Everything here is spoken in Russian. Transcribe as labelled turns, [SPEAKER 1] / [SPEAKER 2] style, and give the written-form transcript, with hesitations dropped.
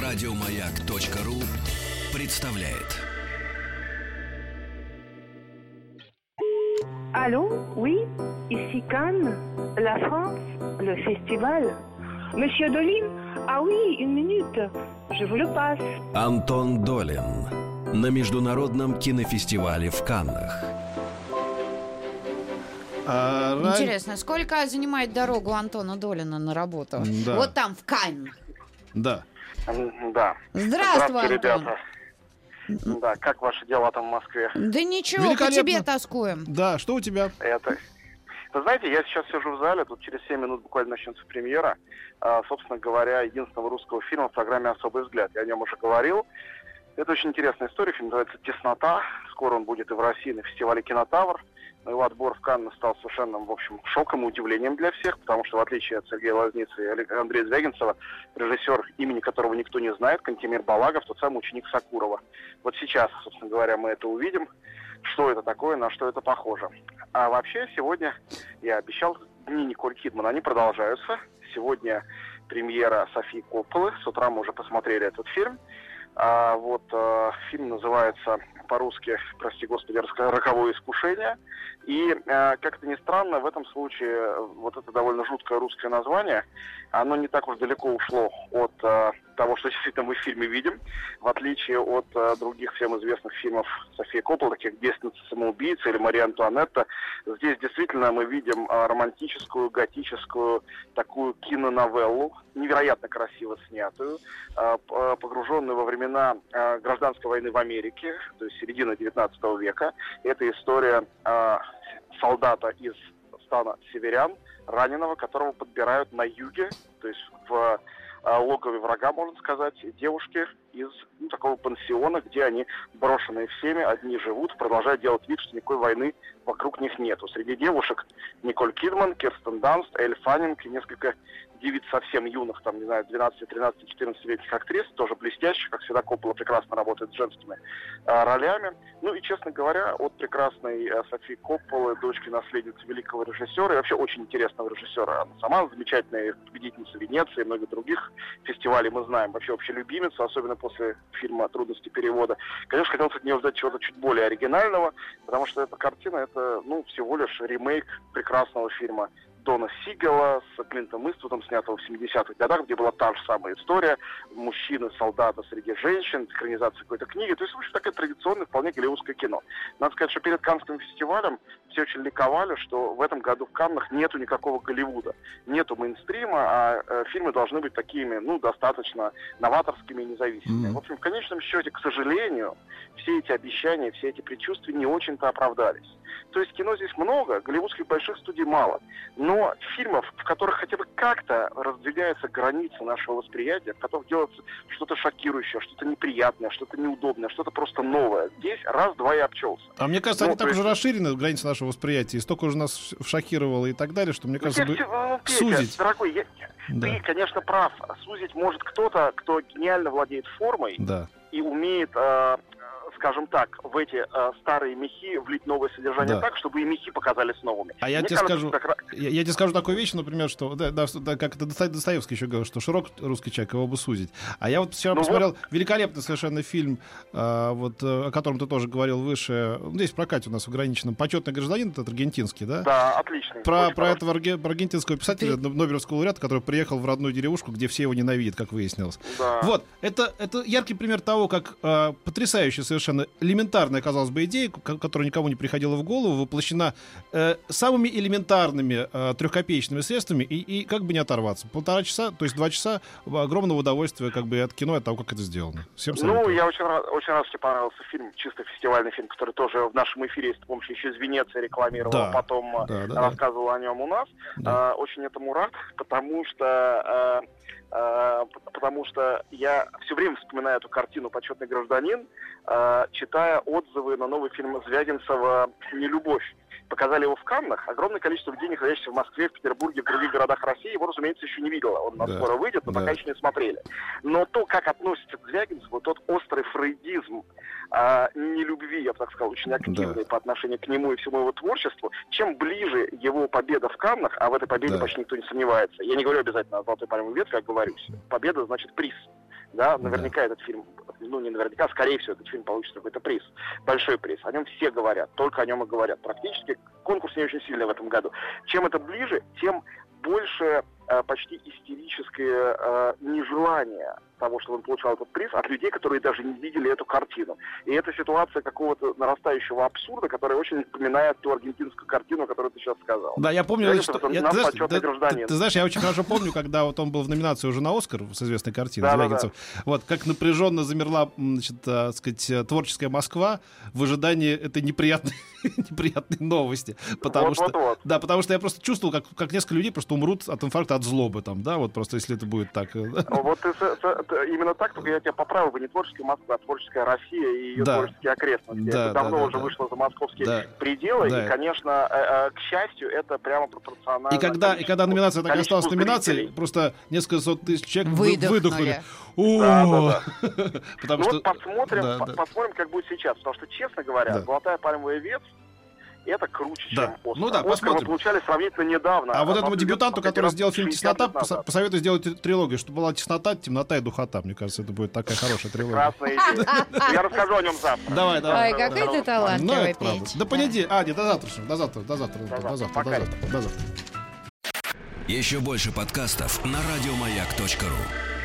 [SPEAKER 1] Радиомаяк.ру представляет.
[SPEAKER 2] Allô, oui, ici Cannes, la France, le festival. Monsieur Долин, ah oui, une minute, je vous le passe.
[SPEAKER 1] Антон Долин на Международном кинофестивале в Каннах.
[SPEAKER 3] Интересно, сколько занимает дорогу Антона Долина на работу?
[SPEAKER 4] Да.
[SPEAKER 3] Вот там, в Канн.
[SPEAKER 4] Да.
[SPEAKER 5] Да.
[SPEAKER 3] Здравствуй, Антон.
[SPEAKER 5] Ребята. Да, как ваши дела там в Москве?
[SPEAKER 3] Да ничего, по тебе тоскуем.
[SPEAKER 4] Да, что у тебя?
[SPEAKER 5] Вы знаете, я сейчас сижу в зале, тут через 7 минут буквально начнется премьера, собственно говоря, единственного русского фильма в программе «Особый взгляд». Я о нем уже говорил. Это очень интересная история, фильм называется «Теснота». Скоро он будет и в России на фестивале «Кинотавр». Но его отбор в Канны стал совершенным, в общем, шоком и удивлением для всех, потому что, в отличие от Сергея Лазницы и Андрея Звягинцева, режиссер, имени которого никто не знает, Кантемир Балагов, тот самый ученик Сакурова. Вот сейчас, собственно говоря, мы это увидим, что это такое, на что это похоже. А вообще, сегодня, я обещал, дни Николь Кидман, они продолжаются. Сегодня премьера Софии Копполы, с утра мы уже посмотрели этот фильм. Фильм называется по-русски, прости господи, «Роковое искушение». И, как-то ни странно, в этом случае вот это довольно жуткое русское название, оно не так уж далеко ушло от того, что действительно мы в фильме видим, в отличие от других всем известных фильмов Софии Копполы, таких «Девственница самоубийца» или «Мария Антуанетта». Здесь действительно мы видим романтическую, готическую такую киноновеллу, невероятно красиво снятую, погруженную во времена гражданской войны в Америке, то есть середина 19 века. Это история солдата из стана северян, раненого, которого подбирают на юге, то есть в логове врага, можно сказать, девушки из такого пансиона, где они, брошенные всеми, одни живут, продолжают делать вид, что никакой войны вокруг них нету. Среди девушек Николь Кидман, Кирстен Данст, Эль Фаннинг и несколько девиц совсем юных, там, не знаю, 12, 13, 14-летних актрис, тоже блестящих, как всегда, Коппола прекрасно работает с женскими ролями. Ну и, честно говоря, от прекрасной Софии Копполы, дочки-наследницы великого режиссера, и вообще очень интересного режиссера. Она сама замечательная победительница Венеции и многих других фестивалей, мы знаем, вообще любимица, особенно после фильма «Трудности перевода». Конечно, хотелось от нее ждать чего-то чуть более оригинального, потому что эта картина, это, всего лишь ремейк прекрасного фильма Дона Сигала с Клинтом Иствудом, снятого в 70-х годах, где была та же самая история. Мужчины, солдаты среди женщин, экранизация какой-то книги. То есть, в общем, такое традиционное, вполне голливудское кино. Надо сказать, что перед Каннским фестивалем все очень ликовали, что в этом году в Каннах нету никакого Голливуда. Нету мейнстрима, а фильмы должны быть такими, достаточно новаторскими и независимыми. В общем, в конечном счете, к сожалению, все эти обещания, все эти предчувствия не очень-то оправдались. То есть кино здесь много, голливудских больших студий мало. Но фильмов, в которых хотя бы как-то раздвигаются границы нашего восприятия, в которых делается что-то шокирующее, что-то неприятное, что-то неудобное, что-то просто новое. Здесь раз-два и обчелся.
[SPEAKER 4] А мне кажется, они так уже расширены, границы нашего восприятия, и столько уже нас шокировало и так далее, что, мне кажется, сузить...
[SPEAKER 5] Дорогой, ты, конечно, прав. Сузить может кто-то, кто гениально владеет формой и умеет... скажем так, в эти старые мехи влить новое содержание так, чтобы и мехи показались новыми.
[SPEAKER 4] А я тебе скажу такую вещь, например, что, как это Достоевский еще говорил, что широк русский человек, его бы сузить. А я вот вчера посмотрел великолепный совершенно фильм, о котором ты тоже говорил выше, здесь в прокате у нас в ограниченном, «Почетный гражданин», это аргентинский, да?
[SPEAKER 5] Да, отличный.
[SPEAKER 4] Про этого аргентинского писателя, Нобелевского лауреата, который приехал в родную деревушку, где все его ненавидят, как выяснилось.
[SPEAKER 5] Да.
[SPEAKER 4] Вот, это яркий пример того, как потрясающе совершенно элементарная, казалось бы, идея, которая никому не приходила в голову, воплощена самыми элементарными трехкопеечными средствами и как бы не оторваться. 1,5 часа, то есть 2 часа огромного удовольствия как бы от кино, от того, как это сделано. Всем советую.
[SPEAKER 5] Я очень рад, что тебе понравился фильм, чисто фестивальный фильм, который тоже в нашем эфире, если ты помнишь, еще из Венеции рекламировал, потом рассказывал о нем у нас.
[SPEAKER 4] Да.
[SPEAKER 5] Очень этому рад, потому что я все время вспоминаю эту картину «Почетный гражданин», читая отзывы на новый фильм Звягинцева «Нелюбовь». Показали его в Каннах. Огромное количество людей, находящихся в Москве, в Петербурге, в других городах России, его, разумеется, еще не видела. Он скоро выйдет, но пока еще не смотрели. Но то, как относится к Звягинцеву, тот острый фрейдизм нелюбви, я бы так сказал, очень активный по отношению к нему и всему его творчеству, чем ближе его победа в Каннах, а в этой победе почти никто не сомневается. Я не говорю обязательно о «Золотой пальмовой ветви», как говорю. Победа значит приз. да, наверняка этот фильм, ну не наверняка, скорее всего, этот фильм получит какой-то приз, большой приз. О нем все говорят, только о нем и говорят. Практически конкурс не очень сильный в этом году. Чем это ближе, тем больше почти истерическое нежелание того, чтобы он получал этот приз, от людей, которые даже не видели эту картину. И это ситуация какого-то нарастающего абсурда, которая очень напоминает ту аргентинскую картину, которую ты сейчас сказал.
[SPEAKER 4] Да, я помню,
[SPEAKER 5] Знаете,
[SPEAKER 4] что...
[SPEAKER 5] ты
[SPEAKER 4] знаешь, я очень хорошо помню, когда вот он был в номинации уже на «Оскар» с известной картиной Звягинцев. Вот, как напряженно замерла, значит, так сказать, творческая Москва в ожидании этой неприятной новости. Потому что я просто чувствовал, как несколько людей просто умрут от инфаркта, от злобы там, да, вот просто если это будет так.
[SPEAKER 5] Вот именно так, только я тебя поправил, бы не творческая Москва, а творческая Россия и ее творческие окрестности. Это давно уже вышло за московские пределы, и, конечно, к счастью, это прямо пропорционально. И
[SPEAKER 4] когда номинация так и осталась номинацией, просто несколько сот тысяч человек выдохнули.
[SPEAKER 5] Потому что посмотрим, как будет сейчас. Потому что, честно говоря, «Золотая пальмовая ветвь» это круче, чем «Оскар».
[SPEAKER 4] Ну да, посмотрим.
[SPEAKER 5] Мы получали сравнительно недавно.
[SPEAKER 4] А вот этому дебютанту, который сделал фильм «Теснота», посоветую сделать трилогию, чтобы была «Теснота», «Темнота» и «Духота». Мне кажется, это будет такая хорошая трилогия.
[SPEAKER 5] Прекрасная идея. Я расскажу о нем завтра.
[SPEAKER 4] Давай.
[SPEAKER 3] Ой, какой ты талантливый, Петь.
[SPEAKER 4] До понедельника. Нет, до завтра.
[SPEAKER 1] Еще больше подкастов на радиомаяк.ру.